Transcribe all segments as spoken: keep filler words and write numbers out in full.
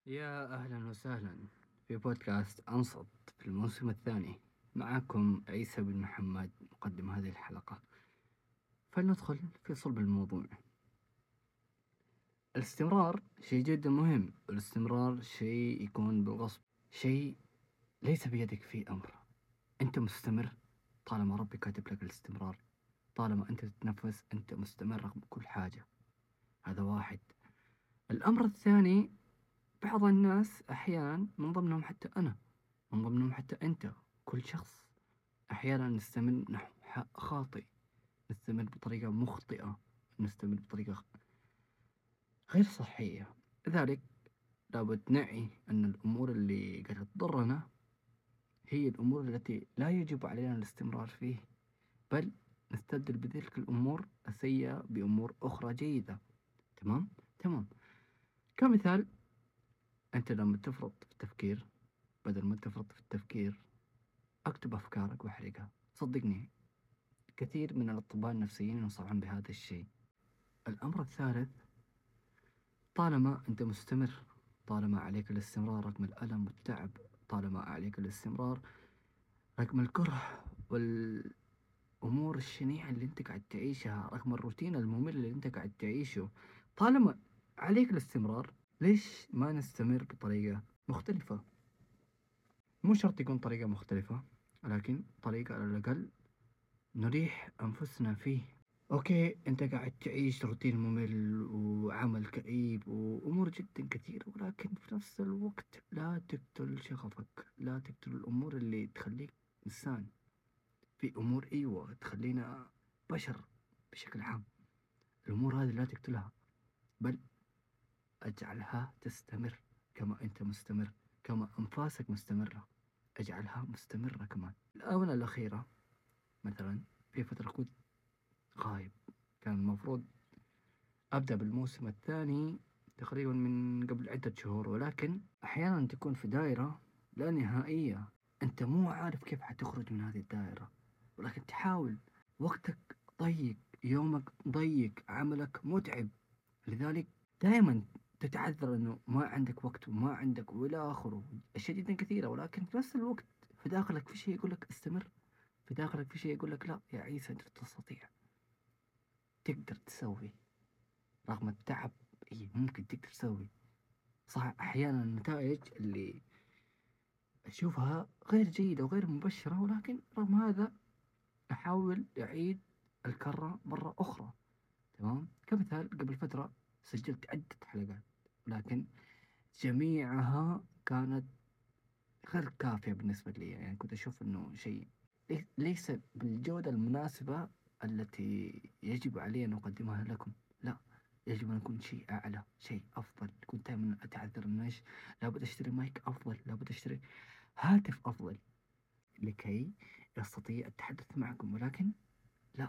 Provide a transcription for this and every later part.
يا أهلا وسهلا في بودكاست أنصت في الموسم الثاني. معكم عيسى بن محمد مقدم هذه الحلقة. فلندخل في صلب الموضوع. الاستمرار شيء جدا مهم، والاستمرار شيء يكون بالغصب، شيء ليس بيدك فيه أمر. أنت مستمر طالما ربي كاتب لك الاستمرار، طالما أنت تتنفس أنت مستمر رغم كل حاجة. هذا واحد. الأمر الثاني، بعض الناس أحيانا من ضمنهم حتى أنا، من ضمنهم حتى أنت، كل شخص أحيانا نستمر نحو خاطئ، نستمر بطريقة مخطئة، نستمر بطريقة غير صحية. لذلك لابد نعي أن الأمور اللي قد تضرنا هي الأمور التي لا يجب علينا الاستمرار فيه، بل نستبدل بتلك الأمور السيئة بأمور أخرى جيدة. تمام؟ تمام. كمثال، أنت لما تفرط في التفكير، بدل ما تفرط في التفكير اكتب أفكارك واحرقها. صدقني كثير من الأطباء النفسيين ينصحون بهذا الشيء. الأمر الثالث، طالما أنت مستمر، طالما عليك الاستمرار رغم الألم والتعب، طالما عليك الاستمرار رغم الكره والأمور الشنيعة اللي أنت قاعد تعيشها، رغم الروتين الممل اللي أنت قاعد تعيشه، طالما عليك الاستمرار، ليش ما نستمر بطريقة مختلفة؟ مو شرط يكون طريقة مختلفة، لكن طريقة على الأقل نريح أنفسنا فيه. أوكي، أنت قاعد تعيش روتين ممل وعمل كئيب وأمور جدا كثيرة، ولكن في نفس الوقت لا تقتل شغفك، لا تقتل الأمور اللي تخليك إنسان. في أمور أيوة تخلينا بشر بشكل عام، الأمور هذه لا تقتلها، بل أجعلها تستمر كما أنت مستمر، كما أنفاسك مستمرة، أجعلها مستمرة كمان. الآونة الأخيرة مثلا، في فترة كنت غايب، كان المفروض أبدأ بالموسم الثاني تقريبا من قبل عدة شهور، ولكن أحيانا تكون في دائرة لا نهائية، أنت مو عارف كيف حتخرج من هذه الدائرة، ولكن تحاول. وقتك ضيق، يومك ضيق، عملك متعب، لذلك دائما تتعذر أنه ما عندك وقت وما عندك وإلى آخره، أشياء جدا كثيرة، ولكن في نفس الوقت في داخلك في شيء يقول لك استمر، في داخلك في شيء يقول لك لا يا عيسى أنت تستطيع، تقدر تسوي رغم التعب. إيه ممكن تقدر تسوي. صح، أحيانا النتائج اللي أشوفها غير جيدة وغير مبشرة، ولكن رغم هذا أحاول أعيد الكرة مرة أخرى. تمام. كمثال، قبل فترة سجلت عدة حلقات، ولكن جميعها كانت غير كافية بالنسبة لي، يعني كنت أشوف أنه شيء لي- ليس بالجودة المناسبة التي يجب علي أن أقدمها لكم. لا، يجب أن يكون شيء أعلى، شيء أفضل. كنت دائما أتعذر أنه إيش، لابد أشتري مايك أفضل، لابد أشتري هاتف أفضل لكي أستطيع التحدث معكم، ولكن لا،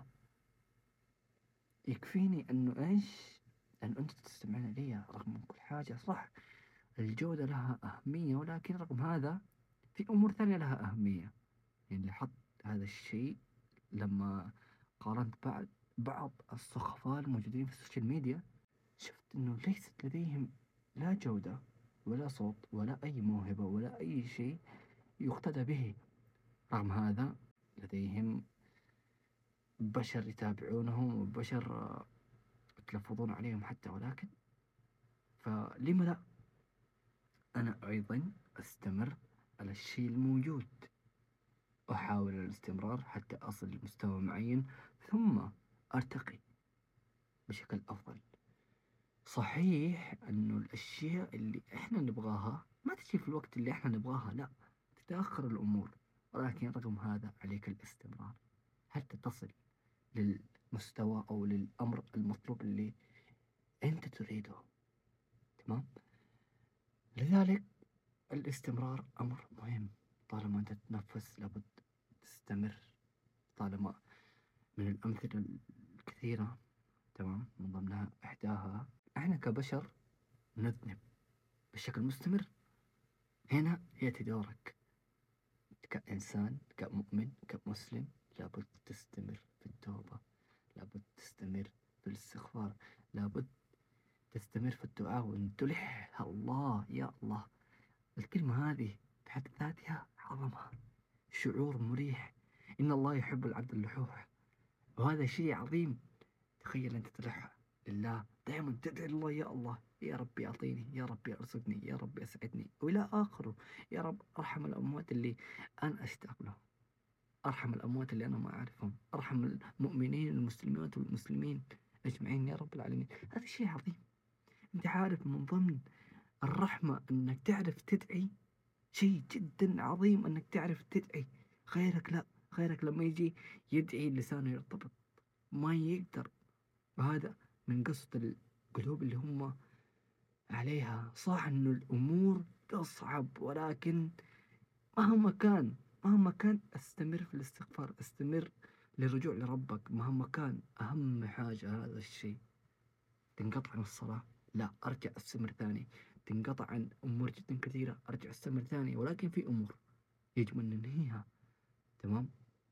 يكفيني أنه إيش، أن أنتم تستمعون لي رغم كل حاجة. صح، الجودة لها أهمية، ولكن رغم هذا في أمور ثانية لها أهمية. يعني لاحظت هذا الشيء لما قارنت بعض بعض الصحفاء الموجودين في السوشيال ميديا، شفت انه ليست لديهم لا جودة ولا صوت ولا اي موهبة ولا اي شيء يقتدى به. رغم هذا لديهم بشر يتابعونهم وبشر آه، يتلفظون عليهم حتى، ولكن فلما لا انا ايضا استمر على الشيء الموجود، أحاول الاستمرار حتى أصل لمستوى معين، ثم أرتقي بشكل أفضل. صحيح أنه الأشياء اللي إحنا نبغاها ما تجي في الوقت اللي إحنا نبغاها، لا، تتأخر الأمور، ولكن رغم هذا عليك الاستمرار حتى تصل للمستوى أو للأمر المطلوب اللي أنت تريده. تمام. لذلك الاستمرار أمر مهم. طالما أنت تتنفس لابد تستمر. طالما من الأمثلة الكثيرة، تمام، من ضمنها إحداها إحنا كبشر نذنب بشكل مستمر. هنا يأتي دورك كإنسان، كمؤمن، كمسلم، لابد تستمر في التوبة، لابد تستمر في الاستغفار، لابد تستمر في الدعاء وأن تلح الله يا الله. الكلمة هذه بحد ذاتها عظمة، شعور مريح. إن الله يحب العبد اللحوح، وهذا شيء عظيم. تخيل أنت تلح لله دائما، تدعي الله يا الله يا ربي أعطيني، يا ربي أرزقني، يا ربي أسعدني، وإلى آخره. يا رب أرحم الأموات اللي أنا أشتاق لهم، أرحم الأموات اللي أنا ما أعرفهم، أرحم المؤمنين المسلمات والمسلمين أجمعين يا رب العالمين. هذا شيء عظيم. أنت عارف من ضمن الرحمة أنك تعرف تدعي، شيء جدا عظيم أنك تعرف تدعي. غيرك لا، غيرك لما يجي يدعي لسانه يرتبط، ما يقدر. وهذا من قصة القلوب اللي هم عليها. صح أنه الأمور تصعب، ولكن مهما كان مهما كان استمر في الاستغفار، استمر للرجوع لربك مهما كان. أهم حاجة هذا الشيء. تنقطع عن الصلاة، لا أرجع استمر ثاني. تنقطع عن أمور جدا كثيرة، أرجع استمر ثاني. ولكن في أمور يجب أن ننهيها، تمام؟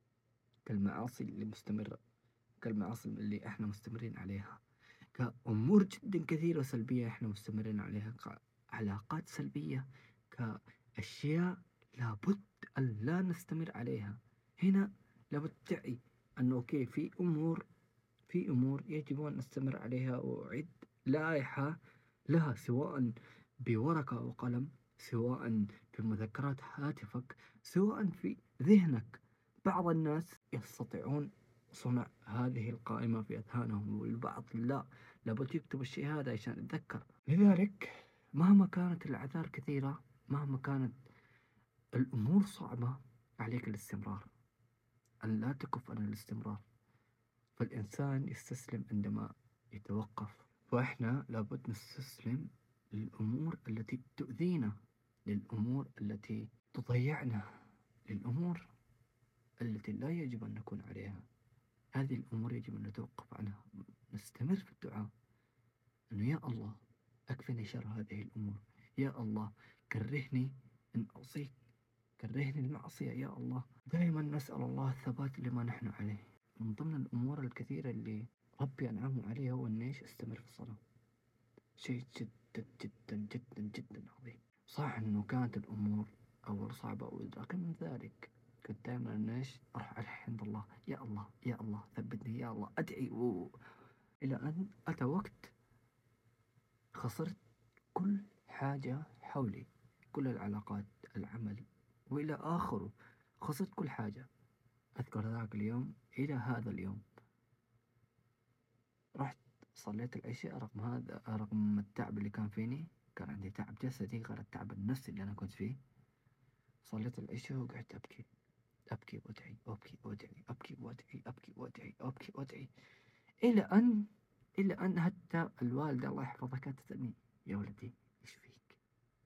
كالمعاصي اللي مستمرة، كالمعاصي اللي احنا مستمرين عليها، كأمور جدا كثيرة سلبية احنا مستمرين عليها، كعلاقات سلبية، كأشياء لابد أن لا نستمر عليها. هنا لابد تعي أنه أوكي في أمور في أمور يجب أن نستمر عليها، وأعد لائحة لها، سواء بورقة أو قلم، سواء في مذكرات هاتفك، سواء في ذهنك. بعض الناس يستطيعون صنع هذه القائمة في أذهانهم، والبعض لا، لابد يكتب الشيء هذا عشان يتذكر. لذلك مهما كانت الأعذار كثيرة، مهما كانت الأمور صعبة، عليك الاستمرار، أن لا تكف عن الاستمرار. فالإنسان يستسلم عندما يتوقف، فإحنا لابد نستسلم للأمور التي تؤذينا، للأمور التي تضيعنا، للأمور التي لا يجب أن نكون عليها. هذه الأمور يجب أن نتوقف عنها، نستمر في الدعاء أنه يا الله أكفني شر هذه الأمور، يا الله كرهني أن أعصيك، كرهني المعصية يا الله. دائما نسأل الله الثبات لما نحن عليه. من ضمن الأمور الكثيرة اللي ربي أنعم عليها هو أن إيش أستمر في الصلاة. شيء جدا جدا جدا جدا عظيم. صح أنه كانت الأمور أول صعبة، لكن من ذلك كنت دائما أن إيش أروح ألح عند الله، يا الله يا الله ثبتني، يا الله أدعي و... إلى أن أتى وقت خسرت كل حاجة حولي، كل العلاقات، العمل، وإلى آخره. خسرت كل حاجة. أذكر ذاك اليوم إلى هذا اليوم، رحت صليت العشاء، رغم هذا رغم التعب اللي كان فيني، كان عندي تعب جسدي غير التعب النفسي اللي أنا كنت فيه. صليت العشاء وقعدت أبكي، أبكي وأدعي، أبكي وأدعي، أبكي وأدعي، أبكي وأدعي، أبكي وأدعي، إلى أن إلى أن حتى الوالدة الله يحفظها كانت تسألني يا ولدي إيش فيك؟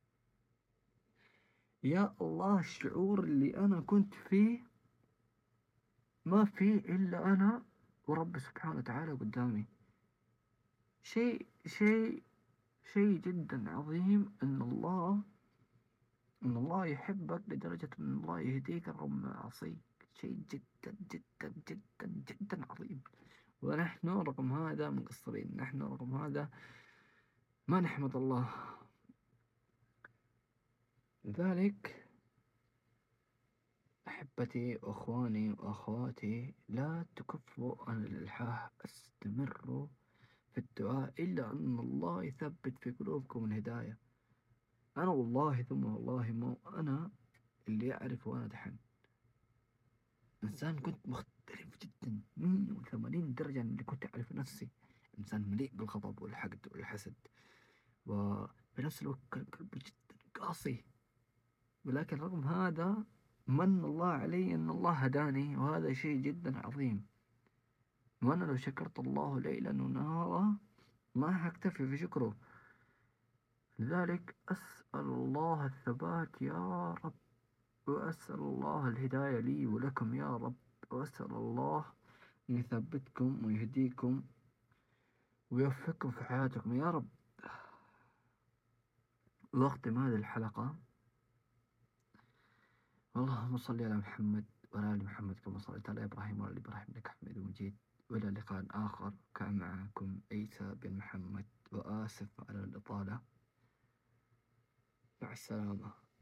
يا الله الشعور اللي أنا كنت فيه ما فيه إلا أنا ورب سبحانه وتعالى قدامي. شيء شيء شيء جدا عظيم أن الله أن الله يحبك لدرجة أن الله يهديك رغم معاصيك. شيء جدا جدا جدا جدا عظيم. ونحن رغم هذا مقصرين، نحن رغم هذا ما نحمد الله. لذلك أحبتي وأخواني وأخواتي، لا تكفوا عن الإلحاح، استمروا في الدعاء إلا أن الله يثبت في قلوبكم الهداية. أنا والله ثم والله مو أنا اللي أعرف، وأنا دحين إنسان كنت مختلف جدا مية وثمانين درجة عن اللي كنت أعرف نفسي. إنسان مليء بالغضب والحقد والحسد، وفي نفس الوقت كان قلبي جدا قاسي. ولكن رغم هذا من الله علي أن الله هداني، وهذا شيء جدا عظيم. وأنا لو شكرت الله ليلا ونهارا ما حكتفي في شكره. لذلك أسأل الله الثبات يا رب، وأسأل الله الهداية لي ولكم يا رب، وأسأل الله أن يثبتكم ويهديكم ويوفقكم في حياتكم يا رب. وأختم هذه الحلقة، اللهم صل على محمد وعلى آل محمد كما صليت على إبراهيم وعلى آل إبراهيم إنك حميد مجيد. وإلى لقاء آخر، كان معكم عيسى بن محمد. وآسف على الإطالة. مع السلامة.